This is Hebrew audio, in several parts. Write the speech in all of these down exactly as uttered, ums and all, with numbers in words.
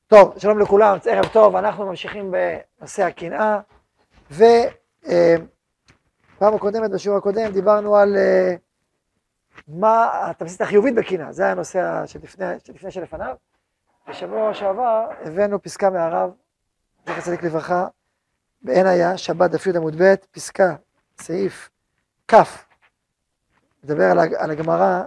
טוב, שלום לכולם, ערב טוב, אנחנו ממשיכים בנושא הקנאה, ופעם הקודמת, בשיעור הקודם, דיברנו על uh, מה התמצית החיובית בקנאה, זה היה הנושא שלפני, שלפני שלפניו. בשבוע שעבר הבאנו פסקה מהרב, זכר צדיק לברכה, בעין היה, שבת דף י' עמוד ב', פסקה, סעיף כ', מדבר על, על הגמרא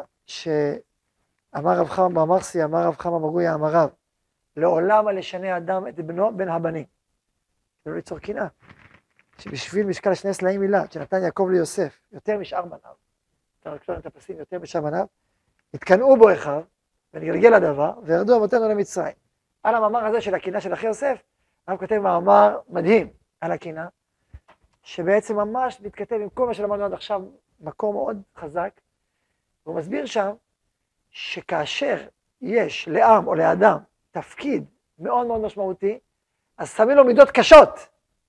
שאמר רב חמא בר מרסי, אמר רב חמא מגויה, אמר רב, לעולם על ישנה אדם את בנו בין הבנים. לא ליצור קנאה. שבשביל משקל שני סלעים מילת, שנתן יעקב ליוסף, יותר משאר בניו, אתה רק לא נתן פסים יותר משאר בניו, התקנאו בו אחיו, ונגלגל הדבר, וירדו אבותינו למצרים. על המאמר הזה של הקנאה של אחי יוסף, הרב כותב מאמר מדהים על הקנאה, שבעצם ממש מתכתב עם כל מה שלמדנו עד עכשיו, מקור מאוד חזק, והוא מסביר שם, שכאשר יש לעם או לאדם, תפקיד מאוד מאוד משמעותי, אז שמים לו מידות קשות,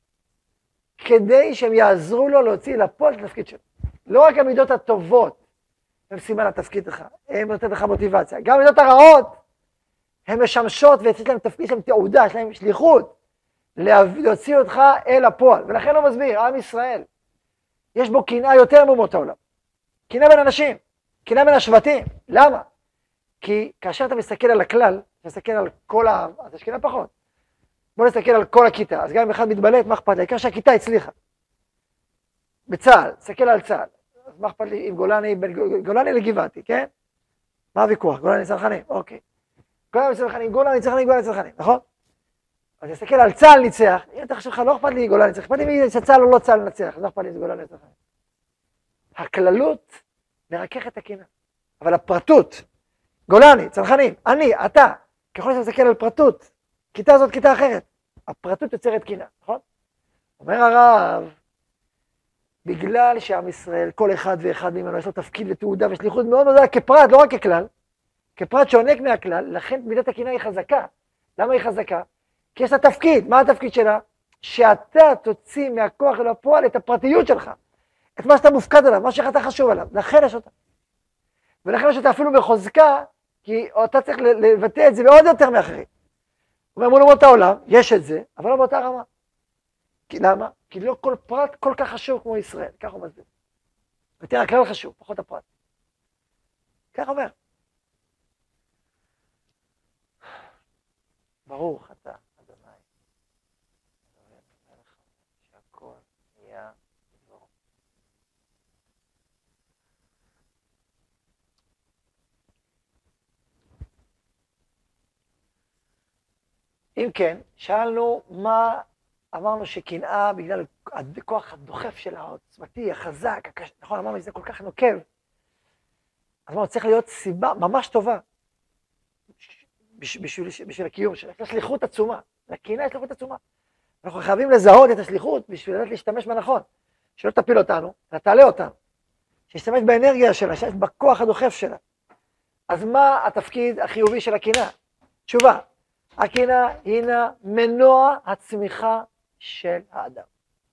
כדי שהם יעזרו לו להוציא לפועל את התפקיד שלו. לא רק המידות הטובות, הם סימן לתפקיד לך, הם נותנים לך מוטיבציה. גם המידות הרעות, הן משמשות ויוצאים להם תפקיד, יש להם תעודה, יש להם שליחות, להוציא אותך אל הפועל. ולכן הוא מסביר, עם ישראל, יש בו קנאה יותר מאומות העולם. קנאה בין אנשים, קנאה בין השבטים. למה? כי כאשר אתה מסתכל על הכלל, אתה מסתכל על כל העם, אז יש קנאה פחות. בוא נסתכל על כל הכיתה, אז גם אם אחד מתבלט, מה אכפת לי? העיקר שהכיתה הצליחה. בצה"ל, תסתכל על צה"ל. אז מה אכפת לי עם גולני, בין גולני לגבעתי, כן? מה הוויכוח? גולני צנחנים, אוקיי. גולני צנחנים, גולני צנחנים, גולני צנחנים, נכון? אז תסתכל על צה"ל ניצח, אם אתה חושב לך, לא אכפת לי גולני צנחנים, אכפת לי שצה"ל או לא צה"ל נצח, אז לא אכפת לי גולני צנחנים. הכללות מרכך את הקנאה, אבל הפרטות, גולני, צנחנים, אני, אתה, ככל שאתה מסתכל על פרטות, כיתה זאת כיתה אחרת, הפרטות יוצרת קנאה, נכון? אומר הרב, בגלל שעם ישראל, כל אחד ואחד ממנו יש לו תפקיד ותעודה ושליחות מאוד מאוד כפרט, לא רק ככלל, כפרט שעונק מהכלל, לכן מידת הקנאה היא חזקה. למה היא חזקה? כי יש לה תפקיד, מה התפקיד שלה? שאתה תוציא מהכוח אל הפועל את הפרטיות שלך, את מה שאתה מופקד עליו, מה שאתה חשוב עליו, לכן יש אותה. ולכן יש אותה אפילו בחוזקה, כי אתה צריך לבטא את זה בעוד יותר מאחרים. הוא אומר, מול אומות העולם, יש את זה, אבל לא באותה רמה. כי למה? כי לא כל פרט כל כך חשוב כמו ישראל, כך הוא מסביר. יותר הכלל חשוב, פחות הפרט. כך אומר. ברוך אתה, אדוני, שהכל נהיה דברו. אם כן, שאלנו מה, אמרנו שקנאה בגלל הכוח הדוחף שלה, העוצמתי, החזק, הקש... נכון, אמרנו שזה כל כך נוקב. אז אמרנו, צריך להיות סיבה ממש טובה בשביל, בשביל, בשביל הקיום שלה. יש שליחות עצומה, לקנאה יש שליחות עצומה. אנחנו חייבים לזהות את השליחות בשביל לדעת להשתמש בנכון. שלא תפיל אותנו, אלא תעלה אותנו. שישתמש באנרגיה שלה, שיש בכוח הדוחף שלה. אז מה התפקיד החיובי של הקנאה? תשובה. הקנאה הינה מנוע הצמיחה של האדם.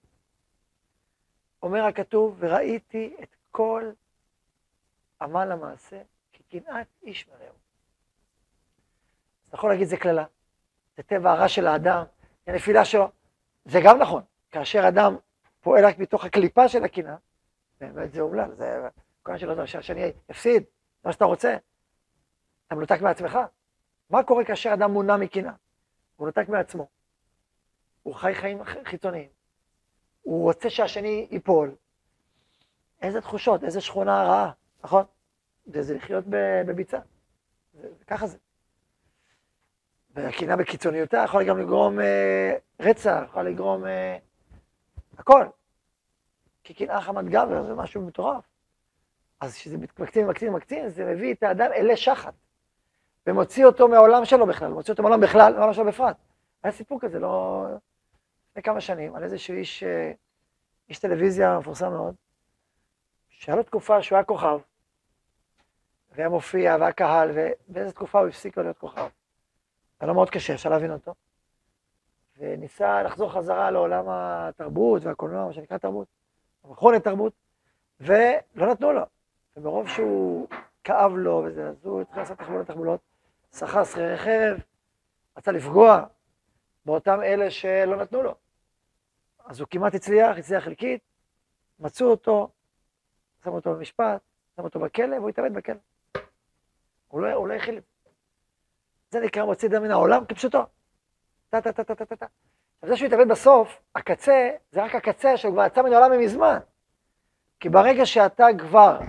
אומר הכתוב, וראיתי את כל עמל המעשה, כקנאת איש מרעהו. אתה יכול להגיד זה כללה, זה טבע הרע של האדם, זה נפילה שלו, זה גם נכון. כאשר אדם פועל רק מתוך הקליפה של הקנאה, באמת זה אומלל, זה כל שלא זה שאני אפסיד, מה שאתה רוצה, אתה מנותק מעצמך. מה קורה כאשר אדם מונע מקנאה? הוא מנותק מעצמו. הוא חי חיים חיצוניים. הוא רוצה שהשני ייפול. איזה תחושות, איזה שכונה רעה, נכון? זה, זה לחיות בביצה. זה, ככה זה. והקנאה בקיצוניותה יכולה גם לגרום אה, רצח, יכולה לגרום אה, הכל. כי קנאה חמת גבר זה משהו מטורף. אז כשזה מקצין ומקצין ומקצין, זה מביא את האדם אלי שחת. ומוציא אותו מהעולם שלו בכלל, מוציא אותו מהעולם בכלל, מהעולם שלו בפרט. היה סיפור כזה, לא... לפני כמה שנים, על איזשהו איש, איש טלוויזיה מפורסם מאוד, שהיה לו תקופה שהוא היה כוכב, והיה מופיע, והיה קהל, ובאיזו תקופה הוא הפסיק לו להיות כוכב. היה לו מאוד קשה, אפשר להבין אותו. וניסה לחזור חזרה לעולם התרבות והקולנוע, מה שנקרא תרבות, המכונת תרבות, ולא נתנו לו. וברוב שהוא כאב לו וזה, אז הוא התחיל לעשות תחבולות תחבולות, שכר שכירי חרב, רצה לפגוע באותם אלה שלא נתנו לו. אז הוא כמעט הצליח, הצליח חלקית, מצאו אותו, שמו אותו במשפט, שמו אותו בכלא, והוא התאבד בכלא. הוא לא, הוא לא הכיל את זה. זה נקרא מוציא דם מן העולם כפשוטו. טה טה טה טה טה טה. זה שהוא התאבד בסוף, הקצה, זה רק הקצה שהוא כבר יצא מן העולם מזמן. כי ברגע שאתה כבר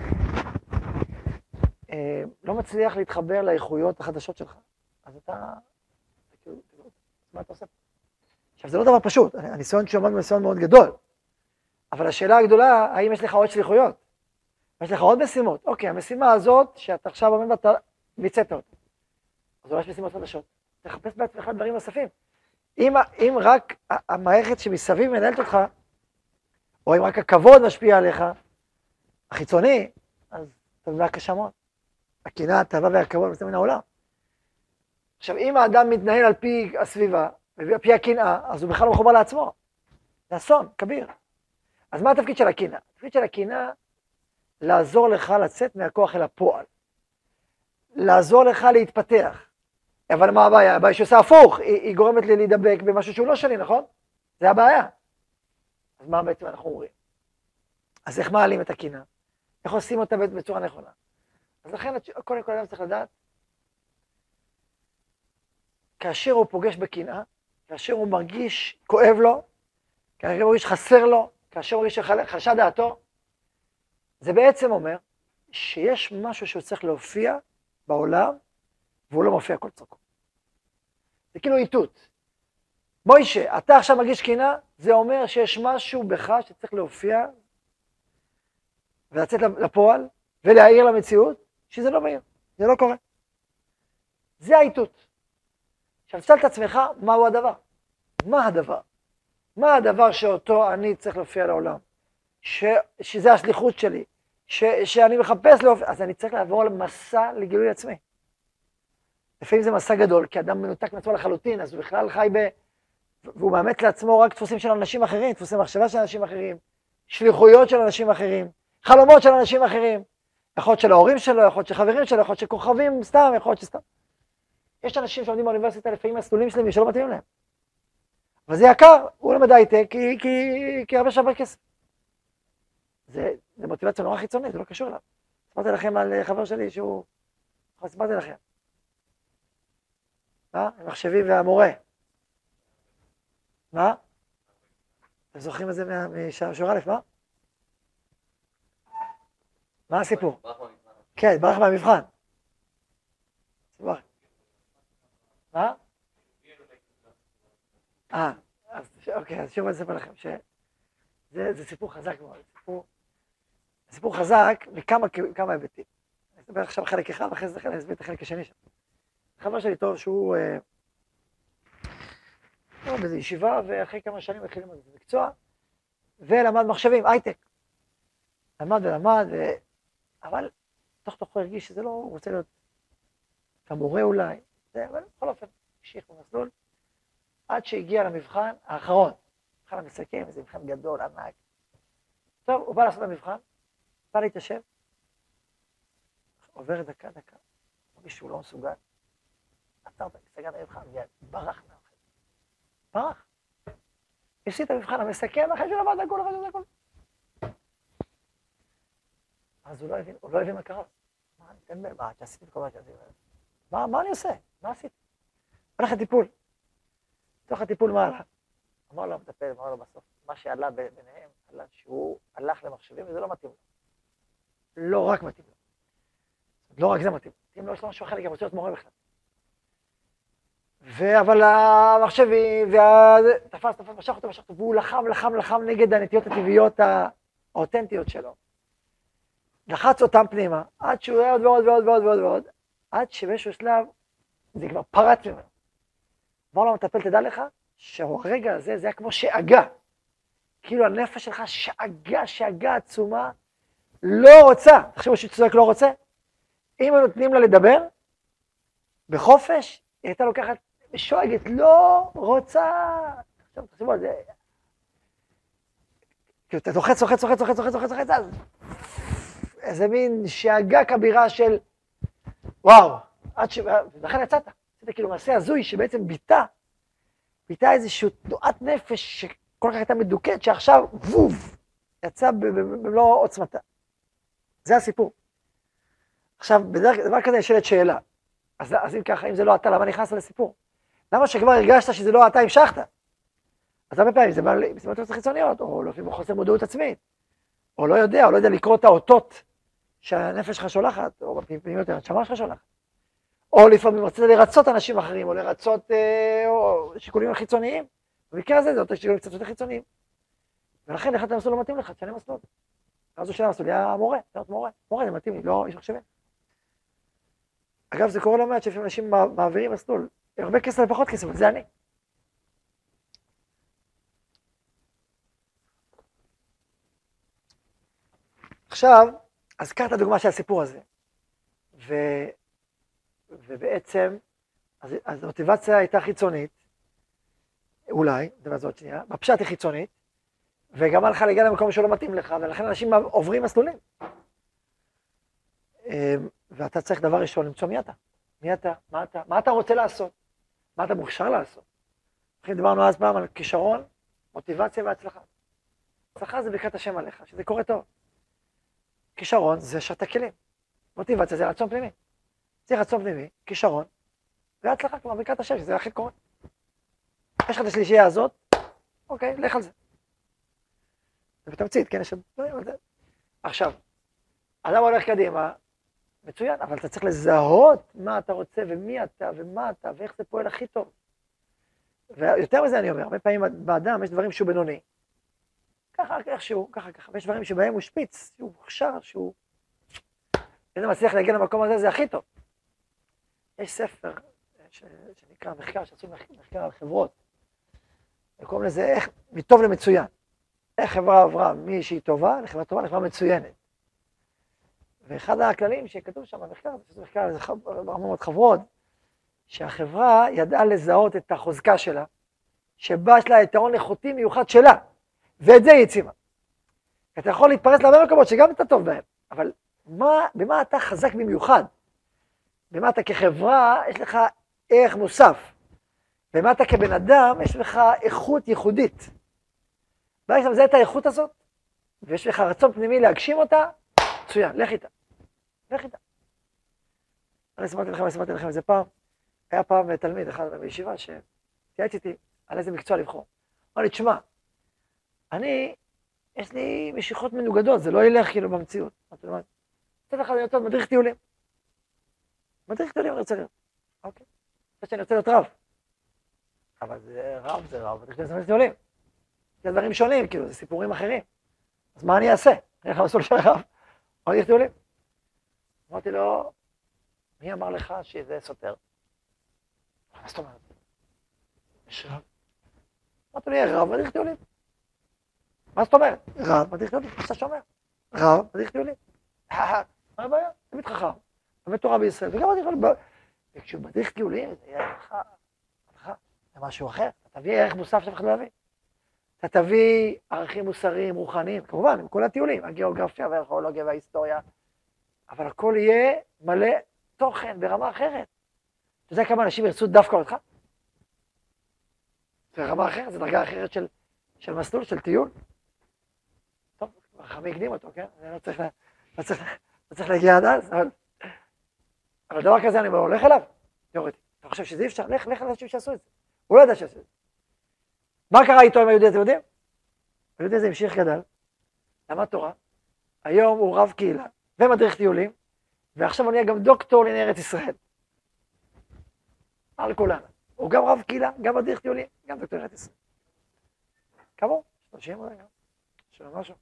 אה, לא מצליח להתחבר לאיכויות החדשות שלך, אז אתה... מה אתה עושה? עכשיו, זה לא דבר פשוט, הניסיון שעומד בניסיון מאוד גדול, אבל השאלה הגדולה, האם יש לך עוד שליחויות? יש לך עוד משימות? אוקיי, המשימה הזאת, שאתה עכשיו עומד ואתה מיצאת אותה. אז אולי יש משימות חדשות. תחפש בעצמך דברים נוספים. אם, אם רק המערכת שמסביב מנהלת אותך, או אם רק הכבוד משפיע עליך, החיצוני, אז אתה מביא קשה מאוד. הקנאה, התאווה והכבוד מסתובבים מן העולם. עכשיו, אם האדם מתנהל על פי הסביבה, ועל פי הקנאה, אז הוא בכלל לא מחובר לעצמו. זה אסון, כביר. אז מה התפקיד של הקנאה? התפקיד של הקנאה, לעזור לך לצאת מהכוח אל הפועל. לעזור לך להתפתח. אבל מה הבעיה? הבעיה שעושה הפוך, היא, היא גורמת לי להידבק במשהו שהוא לא שלי, נכון? זה הבעיה. אז מה בעצם אנחנו אומרים? אז איך מעלים את הקנאה? איך עושים אותה בצורה נכונה? אז לכן, קודם כל אדם צריך לדעת, כאשר הוא פוגש בקנאה, כאשר הוא מרגיש כואב לו, כאשר הוא מרגיש חסר לו, כאשר הוא מרגיש חלשה דעתו, זה בעצם אומר שיש משהו שהוא צריך להופיע בעולם, והוא לא מופיע כל צורכו. זה כאילו איתות. מוישה, אתה עכשיו מרגיש קנאה, זה אומר שיש משהו בך שצריך להופיע, ולצאת לפועל, ולהעיר למציאות, שזה לא מהיר, זה לא קורה. זה האיתות. עכשיו, תשאל את עצמך, מהו הדבר? מה הדבר? מה הדבר שאותו אני צריך להופיע לעולם? ש, שזה השליחות שלי, ש, שאני מחפש להופיע, אז אני צריך לעבור על מסע לגילוי עצמי. לפעמים זה מסע גדול, כי אדם מנותק מעצמו לחלוטין, אז הוא בכלל חי ב... והוא מאמץ לעצמו רק דפוסים של אנשים אחרים, דפוסי מחשבה של אנשים אחרים, שליחויות של אנשים אחרים, חלומות של אנשים אחרים, יכול להיות של ההורים שלו, יכול להיות של חברים שלו, יכול להיות של כוכבים סתם, יכול להיות שסתם. יש אנשים שעומדים באוניברסיטה לפעמים מסלולים שלמים שלא מתאימים להם. אבל זה יקר, הוא לומד הייטק, כי, כי, כי הרבה שווה כסף. זה, זה מוטיבציה נורא חיצונית, זה לא קשור אליו. ספרתי לכם על חבר שלי שהוא... ספרתי לכם. מה? המחשבי והמורה. מה? אתם זוכרים את זה משעור א', מה? מה הסיפור? כן, ברח מהמבחן. מה? אה, אוקיי, אז שוב אני אספר לכם שזה סיפור חזק מאוד, סיפור חזק מכמה היבטים. אני אספר עכשיו חלק אחד, ואחרי זה אני אסביר את החלק השני שם. חבר שלי טוב שהוא באיזו ישיבה, ואחרי כמה שנים התחיל ללמוד את המקצוע, ולמד מחשבים, הייטק. למד ולמד, אבל תוך תוכו הרגיש שזה לא, הוא רוצה להיות כמורה אולי, אבל בכל אופן, המשיך במסלול, עד שהגיע למבחן האחרון, מבחן המסכם, איזה מבחן גדול, ענק. טוב, הוא בא לעשות המבחן, בא להתיישב, עובר דקה, דקה, מרגיש שהוא לא מסוגל, עצר את המסגן המבחן, ברח מהמבחן. ברח. הפסיד את המבחן המסכם, אחרי שהוא למד הכל, אחרי שהוא הכל. אז הוא לא הבין, הוא לא הבין מה קרה. מה, אני אתן מה, שעשיתי את כל מה שעשיתי. מה, מה אני עושה? מה עשיתי? הולך לטיפול. בתוך הטיפול מה עלה? אמר לו המטפל, אמר לו בסוף, מה שעלה ביניהם, עלה שהוא הלך למחשבים וזה לא מתאים לו. לא רק מתאים לו. לא רק זה מתאים. מתאים לו, יש לו משהו אחר, גם רוצה להיות מורה בכלל. אבל המחשבי, תפס, תפס, משך אותו, משך אותו, והוא לחם, לחם, לחם נגד הנטיות הטבעיות האותנטיות שלו. לחץ אותם פנימה, עד שהוא היה עוד ועוד ועוד ועוד ועוד ועוד, עד שבאיזשהו שלב זה כבר פרץ ממנו. אמר לו המטפל, תדע לך, שהרגע הזה זה היה כמו שאגה. כאילו הנפש שלך שאגה, שאגה עצומה, לא רוצה. תחשבו שצודק לא רוצה. אם נותנים לה לדבר, בחופש, היא הייתה לוקחת שואגת, לא רוצה. עכשיו תחשבו על זה. כאילו אתה לוחץ, לוחץ, לוחץ, לוחץ, לוחץ, לוחץ, לוחץ, אז איזה מין שאגה כבירה של וואו, עד ש... ולכן יצאת, זה כאילו מעשה הזוי שבעצם ביטא, ביטא איזושהי תנועת נפש שכל כך הייתה מדוכאת, שעכשיו, ווב, יצא במלוא עוצמתה. זה הסיפור. עכשיו, בדרך, דבר כזה נשאלת שאלה. אז, אז אם ככה, אם זה לא אתה, למה נכנסת לסיפור? למה שכבר הרגשת שזה לא אתה, המשכת? אז הרבה פעמים זה בא מסיבות חיצוניות, או לפעמים חוסר מודעות עצמית, או לא יודע, או לא יודע לקרוא את האותות שהנפש שלך שולחת, או בפנימיות הנשמה שלך שולחת. או לפעמים רצית לרצות אנשים אחרים, או לרצות אה, או שיקולים חיצוניים. במקרה הזה זה אותו שיקולים קצת יותר חיצוניים. ולכן אחד המסלול לא מתאים לך, תשנה מסלול. אז הוא שנה מסלול, היה מורה, מורה, מורה זה מתאים לי, לא איש מחשבים. אגב, זה קורה לא מעט שלפעמים אנשים מעבירים מסלול, הרבה כסף ופחות כסף, אבל זה אני. עכשיו, אז קח את הדוגמה של הסיפור הזה, ו... ובעצם, אז, אז המוטיבציה הייתה חיצונית, אולי, דבר זאת שנייה, בפשט היא חיצונית, וגם לך להגיע למקום שלא מתאים לך, ולכן אנשים עוברים מסלולים. ואתה צריך דבר ראשון למצוא מי אתה, מי אתה, מה אתה, מה אתה רוצה לעשות, מה אתה מוכשר לעשות. לכן דיברנו אז פעם על כישרון, מוטיבציה והצלחה. הצלחה זה ברכת השם עליך, שזה קורה טוב. כישרון זה שאתה כלים, מוטיבציה זה רצון פנימי. צריך רצון פנימי, כישרון, והצלחה כמו ברכת השם, שזה הכי קורה. יש לך את השלישייה הזאת, אוקיי, לך על זה. זה בתמצית, כן, יש... עכשיו, אדם הולך קדימה, מצוין, אבל אתה צריך לזהות מה אתה רוצה ומי אתה ומה אתה ואיך זה פועל הכי טוב. ויותר מזה אני אומר, הרבה פעמים באדם יש דברים שהוא בינוני. ככה, איכשהו, ככה, ככה, ויש דברים שבהם הוא שפיץ, שהוא מוכשר, שהוא... אם מצליח להגיע למקום הזה, זה הכי טוב. יש ספר ש... שנקרא מחקר, שעשו מחקר על חברות. וקוראים לזה איך, מטוב למצוין. איך חברה עברה מי שהיא טובה לחברה טובה לחברה מצוינת. ואחד הכללים שכתוב שם במחקר, זה מחקר על הרבה מאוד חברות, שהחברה ידעה לזהות את החוזקה שלה, שבה יש לה יתרון איכותי מיוחד שלה, ואת זה היא הצימה. אתה יכול להתפרס להרבה מקומות שגם אתה טוב בהם, אבל מה, במה אתה חזק במיוחד? במה אתה כחברה יש לך ערך מוסף, במה אתה כבן אדם יש לך איכות ייחודית. ברגע שאתה מזהה את האיכות הזאת, ויש לך רצון פנימי להגשים אותה, מצוין, לך איתה. לך איתה. אני סמרתי לכם, אני סמרתי לכם איזה פעם, היה פעם תלמיד אחד בישיבה שתייעץ איתי על איזה מקצוע לבחור. אמר לי, תשמע, אני, יש לי משיכות מנוגדות, זה לא ילך כאילו במציאות. אמרתי לו, מצד אחד אני רוצה להיות מדריך טיולים. מדריך טיולים אני רוצה להיות. אוקיי. חושב שאני רוצה להיות רב. אבל זה רב, זה רב, מדריך טיולים. זה דברים שונים, כאילו, זה סיפורים אחרים. אז מה אני אעשה? אני אלך למסלול של רב, או מדריך טיולים. אמרתי לו, מי אמר לך שזה סותר? מה זאת אומרת? יש רב. אמרתי לו, יהיה רב, מדריך טיולים. מה זאת אומרת? רב, מדריך טיולים, מה שאתה שומע? רב, מדריך טיולים. מה הבעיה? תמיד חכם. באמת תורה בישראל, וגם מדריך טיולים. וכשהוא מדריך טיולים, זה יהיה לך, לך, זה משהו אחר. אתה תביא ערך מוסף שאף אחד לא יביא. אתה תביא ערכים מוסריים, רוחניים, כמובן, עם כל הטיולים, הגיאוגרפיה והארכיאולוגיה וההיסטוריה, אבל הכל יהיה מלא תוכן ברמה אחרת. אתה יודע כמה אנשים ירצו דווקא אותך? זה רמה אחרת, זו דרגה אחרת של, של מסלול, של טיול. טוב, חמי הקדים אותו, כן? אני לא צריך, לא צריך, לא צריך להגיע עד אז, אבל, אבל דבר כזה אני אומר, הולך אליו, תיאורטי. אתה חושב שזה אי אפשר? לך, לך לאנשים שעשו את זה. הוא לא ידע שעשו את זה. מה קרה איתו עם היהודי, אתם יודעים? היהודי הזה המשיך גדל, למד תורה, היום הוא רב קהילה ומדריך טיולים, ועכשיו הוא נהיה גם דוקטור לענייני ארץ ישראל. על כולנו. הוא גם רב קהילה, גם מדריך טיולים, גם דוקטור לענייני ארץ ישראל. כמה? שלושים אולי גם. שלא משהו.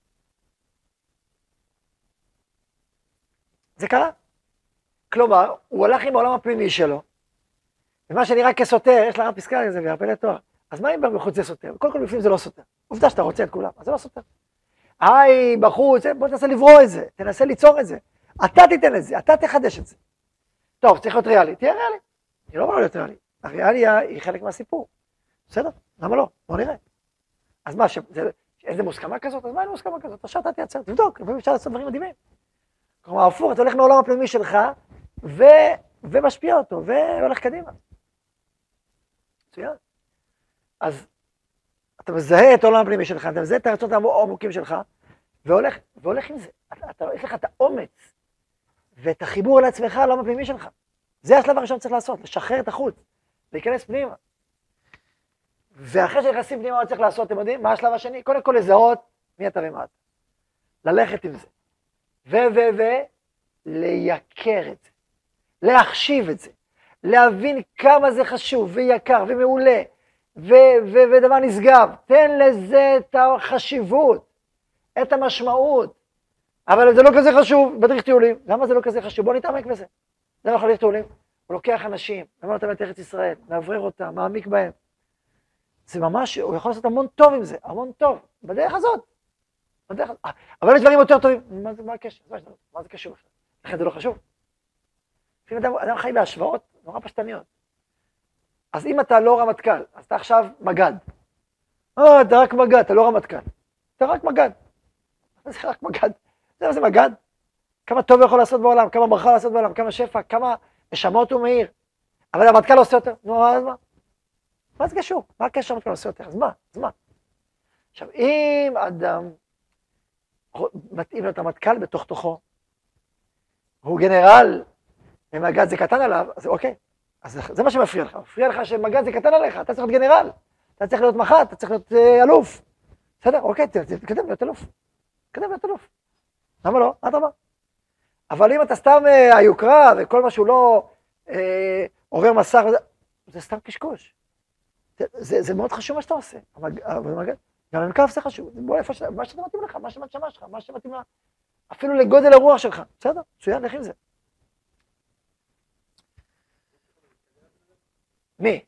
זה קרה. כלומר, הוא הלך עם העולם הפנימי שלו, ומה שנראה כסותר, יש לה רב פסקה לזה והרבה לתואר. אז מה אם בחוץ זה סותר? קודם כל בפנים זה לא סותר. עובדה שאתה רוצה את כולם, אז זה לא סותר. היי, בחוץ, בוא תנסה לברוא את זה, תנסה ליצור את זה. אתה תיתן את זה, אתה תחדש את זה. טוב, צריך להיות ריאלי, תהיה ריאלי. אני לא אומר להיות ריאלי. הריאליה היא חלק מהסיפור. בסדר? למה לא? בוא נראה. אז מה, איזה מוסכמה כזאת? אז מה אין מוסכמה כזאת? עכשיו אתה תייצר, תבדוק, לפעמים אפשר לעשות דברים מדהימים. כלומר, הפוך, אתה הולך מעולם הפנימי שלך, ו... ומשפיע אותו, והולך קדימה. מצוין. אז אתה מזהה את העולם הפנימי שלך, אתה מזהה את הרצונות העמוקים שלך, והולך, והולך עם זה. אתה, אתה, יש לך את האומץ, ואת החיבור לעצמך, לעולם הפנימי שלך. זה השלב הראשון שצריך לעשות, לשחרר את החוץ, להיכנס פנימה. ואחרי שנכנסים פנימה, מה צריך לעשות, אתם יודעים? מה השלב השני? קודם כל לזהות מי אתה ומה אתה. ללכת עם זה. ו, ו, ו, לייקר את זה. להחשיב את זה. להבין כמה זה חשוב ויקר ומעולה. ו, ו, ודבר נשגב. תן לזה את החשיבות, את המשמעות. אבל זה לא כזה חשוב, מדריך טיולים. למה זה לא כזה חשוב? בוא נתעמק בזה. זה לא מדריך טיולים. הוא לוקח אנשים, למה אותם את ארץ ישראל, מעברר אותם, מעמיק בהם. זה ממש, הוא יכול לעשות המון טוב עם זה, המון טוב, בדרך הזאת. בדרך הזאת. אבל יש דברים יותר טובים. מה, מה הקשר? מה, מה זה קשור? לכן זה לא חשוב. לפעמים אדם, אדם חי בהשוואות נורא פשטניות. אז אם אתה לא רמטכ"ל, אז אתה עכשיו מג"ד. אה, אתה רק מג"ד, אתה לא רמטכ"ל. אתה רק מג"ד. זה רק מג"ד. זה מה זה מג"ד? כמה טוב הוא יכול לעשות בעולם, כמה ברכה לעשות בעולם, כמה שפע, כמה נשמות הוא מאיר. אבל הרמטכ"ל עושה יותר. נו, אז מה? מה זה קשור? מה הקשר הרמטכ"ל עושה יותר? אז מה? אז מה? עכשיו, אם אדם מתאים לו את הרמטכ"ל בתוך תוכו, הוא גנרל, ומג"ד זה קטן עליו, אז אוקיי. אז זה מה שמפריע לך. מפריע לך שמג"ד זה קטן עליך, אתה צריך להיות גנרל. אתה צריך להיות מח"ט, אתה צריך להיות אה, אלוף. בסדר, אוקיי, תתקדם להיות אלוף. תתקדם להיות אלוף. למה לא? מה אתה אומר? אבל אם אתה סתם אה, היוקרה, וכל מה שהוא לא אה, עובר מסך, וזה, זה סתם קשקוש. זה, זה, זה מאוד חשוב מה שאתה עושה. המג... המג"ד, גם המקף זה חשוב. בוא איפה ש... מה שאתה מתאים לך, מה שמתשמה שלך, מה שמתאים לך, אפילו לגודל הרוח שלך. בסדר, מצוין, לך עם זה. מי?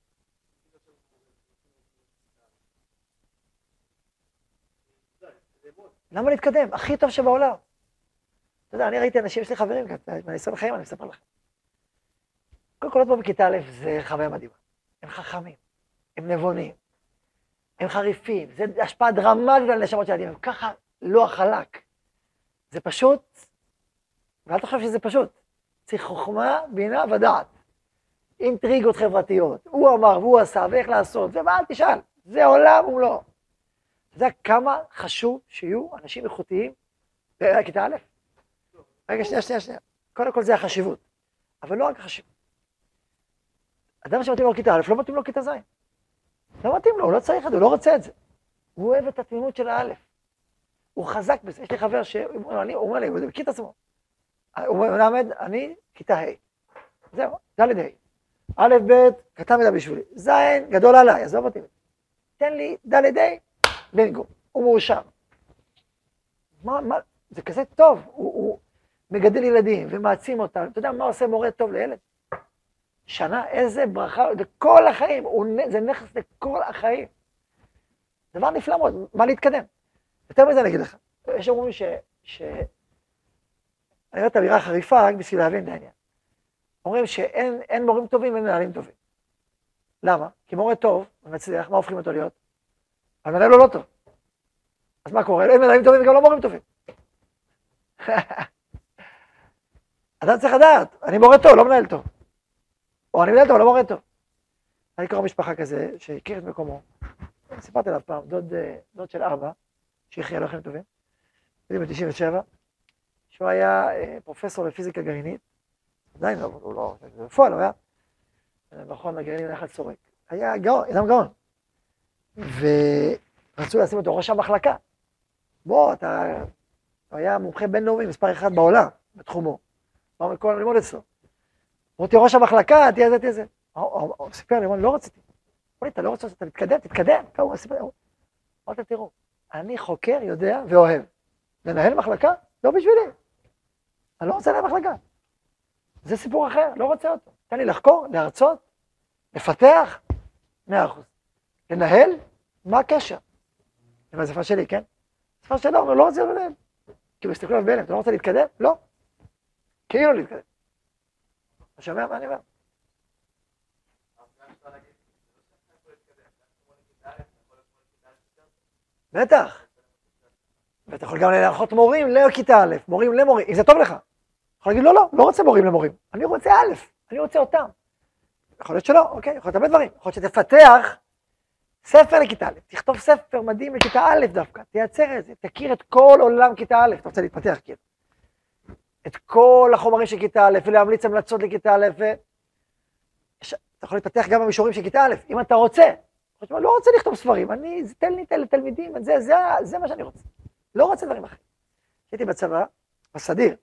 למה להתקדם? הכי טוב שבעולם. אתה יודע, אני ראיתי אנשים, יש לי חברים כאן, אני אספר לחיים, אני אספר לכם. קודם כל, עוד פה בכיתה א' זה חוויה מדהימה. הם חכמים, הם נבונים, הם חריפים, זה השפעה דרמטית על נשמות של ילדים, הם ככה לא החלק. זה פשוט, ואל תחשוב שזה פשוט. צריך חוכמה, בינה ודעת. אינטריגות חברתיות, הוא אמר והוא עשה ואיך לעשות, ואל תשאל, זה עולם ומלואו. אתה יודע כמה חשוב שיהיו אנשים איכותיים בכיתה א'? רגע, שנייה, שנייה, שנייה. קודם כל זה החשיבות, אבל לא רק החשיבות. אדם שמתאים לו כיתה א', לא מתאים לו כיתה ז'. לא מתאים לו, הוא לא צריך את זה, הוא לא רוצה את זה. הוא אוהב את התמימות של האלף. הוא חזק בזה. יש לי חבר שהוא אומר לי, הוא מכיר את עצמו. הוא מלמד, אני כיתה ה'. זהו, ד' ה'. א', ב', קטן מדי בשבילי. ז', גדול עליי, עזוב אותי. תן לי ד' ה', בינגו, הוא מאושר. מה, מה, זה כזה טוב, הוא, הוא מגדל ילדים ומעצים אותם. אתה יודע מה עושה מורה טוב לילד? שנה, איזה ברכה, זה כל החיים, הוא, זה נכס לכל החיים. דבר נפלא מאוד, מה להתקדם? יותר מזה אני אגיד לך. יש אומרים ש... ש... אני רואה את האמירה חריפה רק בשביל להבין את העניין. אומרים שאין אין מורים טובים, אין מנהלים טובים. למה? כי מורה טוב, ומצליח, מה הופכים אותו להיות? המנהל לו לא טוב. אז מה קורה? אין מנהלים טובים וגם לא מורים טובים. אדם צריך לדעת, אני מורה טוב, לא מנהל טוב. או אני מנהל טוב, לא מורה טוב. אני קורא משפחה כזה, שהכיר את מקומו. סיפרתי עליו פעם, דוד, דוד של אבא, שהחיה לו חיים טובים, ב-תשעים ושבע, שהוא היה פרופסור לפיזיקה גרעינית, עדיין לא, הוא לא, בפועל, הוא היה מכון הגרעינים נחל סורק. היה גאון, אדם גאון. ורצו לשים אותו ראש המחלקה. בוא, אתה... הוא היה מומחה בינלאומי, מספר אחד בעולם, בתחומו. אמרנו כל ללמוד אצלו. אמרתי, ראש המחלקה, תהיה זה, תהיה זה. הוא סיפר לי, אמרתי, לא רציתי. אמרתי, אתה לא רוצה, אתה תתקדם, תתקדם. הוא סיפר, אמרתי, תראו, אני חוקר, יודע ואוהב. לנהל מחלקה? לא בשבילי. אני לא רוצה לנהל מחלקה. זה סיפור אחר, לא רוצה אותו. תן לי לחקור, להרצות, לפתח, מאה אחוז. לנהל, מה הקשר? זה מהשפה שלי, כן? השפה שלו, הוא לא רוצה לנהל. כאילו, הסתכלו עליו בהלם, אתה לא רוצה להתקדם? לא. כאילו להתקדם. אתה שומע מה אני אומר? בטח. ואתה יכול גם להנחות מורים לכיתה א', מורים למורים, אם זה טוב לך. יכול להגיד, לא, לא, לא רוצה מורים למורים, אני רוצה א', אני רוצה אותם. יכול להיות שלא, אוקיי, יכול להיות הרבה דברים. יכול להיות שתפתח ספר לכיתה א', תכתוב ספר מדהים לכיתה א' דווקא, תייצר את זה, תכיר את כל עולם כיתה א', אתה רוצה להתפתח כאילו. את כל החומרים של כיתה א', ולהמליץ המלצות לכיתה א', ו... אתה יכול להתפתח גם במישורים של כיתה א', אם אתה רוצה. אתה לא רוצה לכתוב ספרים, אני, תן לי לתלמידים, זה, זה, זה מה שאני רוצה. לא רוצה דברים אחרים. הייתי בצבא, בסדיר,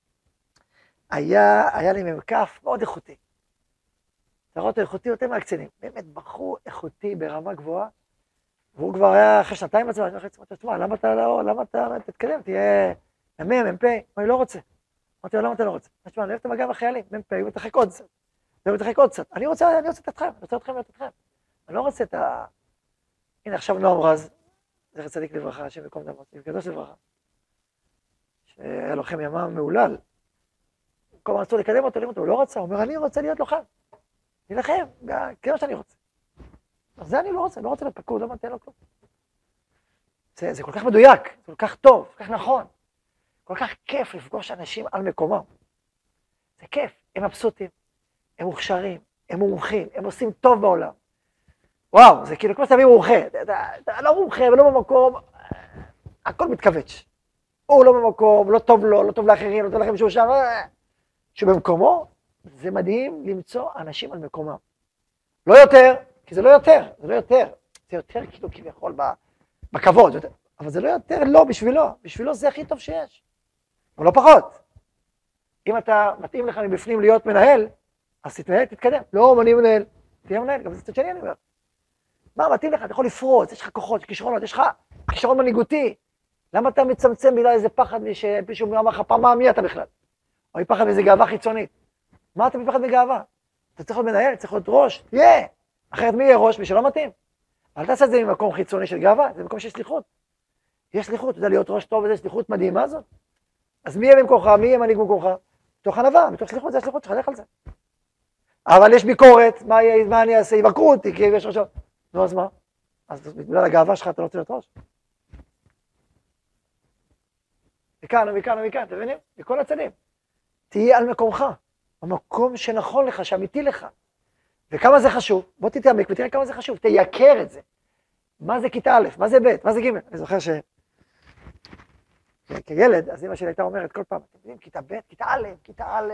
היה, היה לי ממקף מאוד איכותי. אתה רואה אותו איכותי יותר מהקצינים. באמת בחור איכותי ברמה גבוהה, והוא כבר היה אחרי שנתיים בצבא, אני אומר לך, תשמע, למה אתה לא, למה אתה תתקדם, תהיה מ"מ, מ"פ, אני לא רוצה. אמרתי לו, למה אתה לא רוצה? תשמע, אני אוהב את המגע עם החיילים, מ"פ, הוא מתרחק עוד קצת. הוא מתרחק עוד קצת. אני רוצה, אני רוצה את אתכם, אני רוצה אתכם ואת אתכם. אני לא רוצה את ה... הנה, עכשיו נועם רז, זכר צדיק לברכה, השם יקום דמו, קדוש לברכה, שהיה לוחם ימ"מ מהולל. כל מה רצו לקדם אותו, הוא לא רצה, הוא אומר, אני רוצה להיות לוחם. נלחם, כמו שאני רוצה. אז זה אני לא רוצה, לא רוצה לפקוד, לא מתן לו כלום. זה, זה כל כך מדויק, זה כל כך טוב, כל כך נכון. כל כך כיף לפגוש אנשים על מקומם. זה כיף, הם מבסוטים, הם מוכשרים, הם מומחים, הם עושים טוב בעולם. וואו, זה כאילו כמו שתביא מומחה, אתה לא מומחה ולא במקום, הכל מתכווץ. הוא לא במקום, לא טוב לו, לא טוב לאחרים, לא טוב לכם שהוא שם, שבמקומו זה מדהים למצוא אנשים על מקומם. לא יותר, כי זה לא יותר, זה לא יותר, זה יותר כאילו כביכול בכבוד, אבל זה לא יותר לא בשבילו, בשבילו זה הכי טוב שיש, אבל לא פחות. אם אתה מתאים לך מבפנים להיות מנהל, אז תתנהל, תתקדם. לא, אני מנהל, תהיה מנהל, גם זה קצת שני אני אומר. מה, מתאים לך, אתה יכול לפרוץ, יש לך כוחות, כישרונות, יש לך כישרון מנהיגותי. למה אתה מצמצם בגלל איזה פחד שמישהו אמר לך פעם, מה, מי אתה בכלל? או מפחד מאיזה גאווה חיצונית. מה אתה מפחד מגאווה? אתה צריך להיות מנהל, צריך להיות ראש, תהיה. אחרת מי יהיה ראש? מי שלא מתאים. אל תעשה את זה ממקום חיצוני של גאווה, זה מקום של שליחות. יש שליחות, אתה יודע, להיות ראש טוב וזה שליחות מדהימה זאת. אז מי יהיה במקומך, מי יהיה מנהיג במקומך? מתוך ענווה, מתוך שליחות, זה השליחות שלך, לך על זה. אבל יש ביקורת, מה, מה אני אעשה? יבקרו אותי, כי יש ראש... נו, אז מה? אז בגלל הגאווה שלך אתה לא רוצה להיות ראש. מכאן ומכאן ומכאן, אתם מבינים? מכל הצדים. תהיה על מקומך, המקום שנכון לך, שאמיתי לך. וכמה זה חשוב? בוא תתעמק ותראה כמה זה חשוב, תייקר את זה. מה זה כיתה א', מה זה ב', מה זה ג'. אני זוכר ש... כילד, אז אמא שלי הייתה אומרת כל פעם, אתם יודעים, כיתה ב', כיתה א', כיתה א',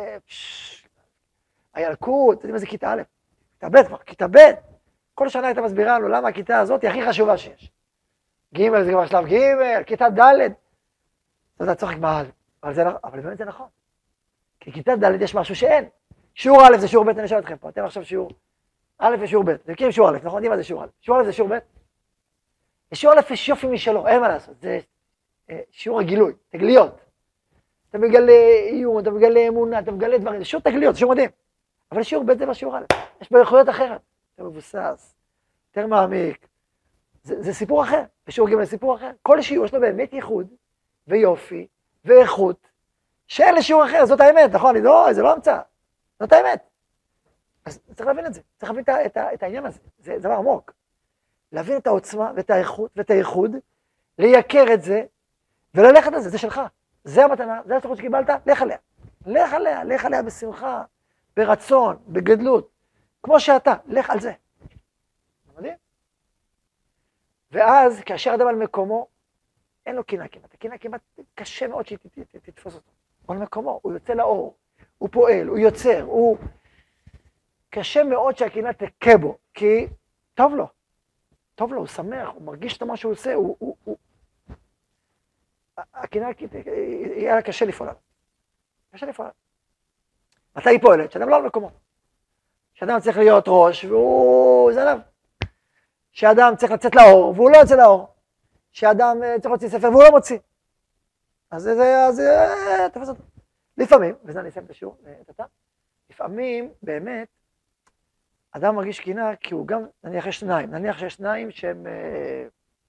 הילקוט, אתם יודעים מה זה כיתה א', כיתה ב' כבר, כיתה ב'. כל שנה הייתה מסבירה לנו למה הכיתה הזאת היא הכי חשובה שיש. ג' זה כבר שלב ג', כיתה ד'. אתה יודע, צוחק מעל, אבל, זה, אבל באמת זה נכון. כי כיתה ד' יש משהו שאין. שיעור א' זה שיעור ב', אני אשאל אתכם פה, אתם עכשיו שיעור א' ושיעור ב', זה מכירים שיעור א', נכון? יודעים מה זה שיעור א', שיעור א' זה שיעור ב'. שיעור א' יש יופי משלו, אין מה לעשות, זה שיעור הגילוי, תגליות. אתה מגלה עיון, אתה מגלה אמונה, אתה מגלה דברים, זה שיעור תגליות, זה שיעור מדהים. אבל שיעור ב' זה לא שיעור א', יש בו איכויות אחרת, יותר מבוסס, יותר מעמיק, זה, זה סיפור אחר, ושיעור ג' זה סיפור אחר. כל שיעור יש לו באמת ייחוד ויופי ואיכות, שאין לשיעור אחר, זאת האמת, נכון? לא, זה לא המצאה, זאת האמת. אז צריך להבין את זה, צריך להבין את, את, את העניין הזה, זה דבר עמוק. להבין את העוצמה ואת האיכות ואת הייחוד, לייקר את זה, וללכת על זה, זה שלך. זה המתנה, זה השליחות שקיבלת, לך עליה. לך עליה, לך עליה בשמחה, ברצון, בגדלות, כמו שאתה, לך על זה. מדהים? ואז, כאשר אדם על מקומו, אין לו קינה כמעט. הקינה כמעט קשה מאוד שהיא תתפוס אותו. הוא על מקומו, הוא יוצא לאור, הוא פועל, הוא יוצר, הוא... קשה מאוד שהקינה תכה בו, כי טוב לו. טוב לו, הוא שמח, הוא מרגיש את מה שהוא עושה, הוא... הוא, הוא... הקינה, יהיה לה קשה לפעול. קשה לפעול. מתי היא פועלת? שאדם לא על מקומו. שאדם צריך להיות ראש, והוא... זה עליו. שאדם צריך לצאת לאור, והוא לא יוצא לאור. שאדם צריך להוציא ספר, והוא לא מוציא. אז זה... אז זה... תפס אותו. לפעמים, וזה אני אסיים את השיעור, לפעמים, באמת, אדם מרגיש קינה, כי הוא גם, נניח יש שניים, נניח שיש שניים שהם אה,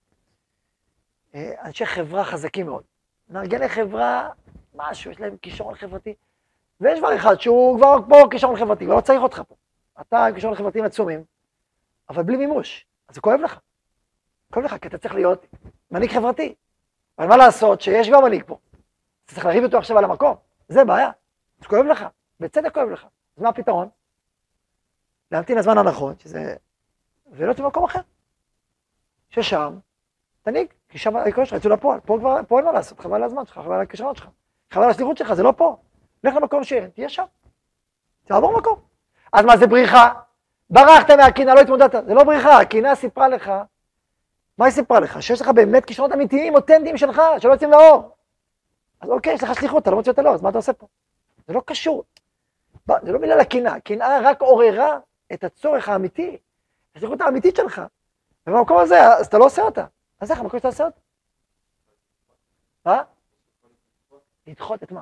אה, אנשי חברה חזקים מאוד. מארגני חברה, משהו, יש להם כישרון חברתי. ויש דבר אחד שהוא כבר פה כישרון חברתי, ולא צריך אותך פה. אתה עם כישרון חברתיים עצומים, אבל בלי מימוש. אז זה כואב לך. כואב לך, כי אתה צריך להיות מנהיג חברתי. אבל מה לעשות שיש כבר מנהיג פה? אתה צריך להריב אותו עכשיו על המקום. זה בעיה. אז כואב לך, בצדק כואב לך. אז מה הפתרון? להמתין הזמן הנכון, שזה... ולא תהיה במקום אחר. ששם, תניג, כי שם העיקרון שלך יצאו לפועל. פה כבר, פה אין מה לעשות, חבל על הזמן שלך, חבל על הכישרונות שלך. חבל על השליחות שלך, זה לא פה. לך למקום שאין, תהיה שם. תעבור מקום. אז מה זה בריחה? ברחת מהקינה, לא התמודדת. זה לא בריחה, הקינה סיפרה לך. מה היא סיפרה לך? שיש לך באמת כישרונות אמיתיים, אותנטיים שלך, שלא יוצאים לאור. אז אוקיי, יש לך שליחות, אתה לא מוציא אותה לאור, אז מה אתה עושה פה? זה לא קשור. זה לא מילה לקנאה, קנאה רק עוררה את הצורך האמיתי, השליחות האמיתית שלך. ובמקום הזה, אז אתה לא עושה אותה. אז איך, המקום שאתה עושה אותה? מה? לדחות את מה?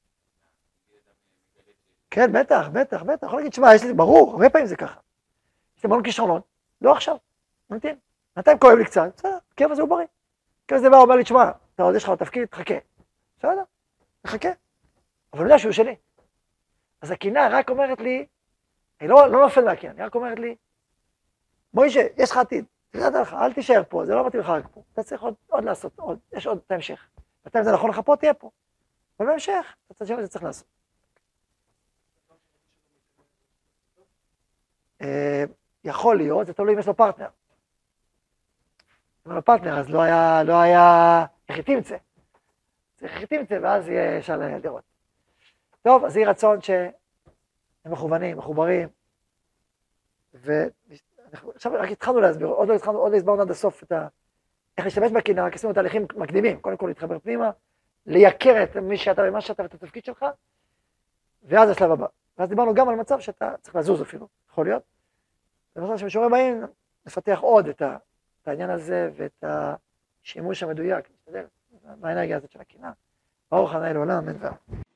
כן, בטח, בטח, בטח. יכול להגיד, שמע, יש לי, ברור, הרבה פעמים זה ככה. יש לי מלא כישרונות, לא עכשיו, נמתין. נתיים כואב לי קצת, בסדר, הכאב הזה הוא בריא. הכאב הזה בא, אומר לי, תשמע, אתה עוד יש לך תפקיד, תחכה. בסדר, תחכה. אבל אני יודע שהוא שלי. אז הקינה רק אומרת לי, היא לא, לא נופל מהקינה, היא רק אומרת לי, מוישה, יש לך עתיד, תדעת לך, אל תישאר פה, זה לא מתאים לך רק פה. אתה צריך עוד, עוד לעשות, עוד, יש עוד את ההמשך. מתי זה נכון לך פה, תהיה פה. אבל בהמשך, אתה חושב שזה צריך לעשות. יכול להיות, זה תלוי אם יש לו פרטנר. אם לו פרטנר, אז לא היה, לא היה, איך תמצא. צריך איך תמצא, ואז יהיה אפשר לראות. טוב, אז יהי רצון שהם מכוונים, מחוברים, ועכשיו רק התחלנו להסביר, עוד לא התחלנו, עוד לא הסברנו עד הסוף את ה... איך להשתמש בקינה, רק עשינו תהליכים מקדימים, קודם כל להתחבר פנימה, לייקר את מי שאתה ומה שאתה ואת התפקיד שלך, ואז השלב הבא. ואז דיברנו גם על מצב שאתה צריך לזוז אפילו, יכול להיות. ובמצב שמשוררים באים, נפתח עוד את העניין הזה ואת השימוש המדויק, מה האנרגיה הזאת של הקינה. ברוך ה' לעולם, אמן ואמן.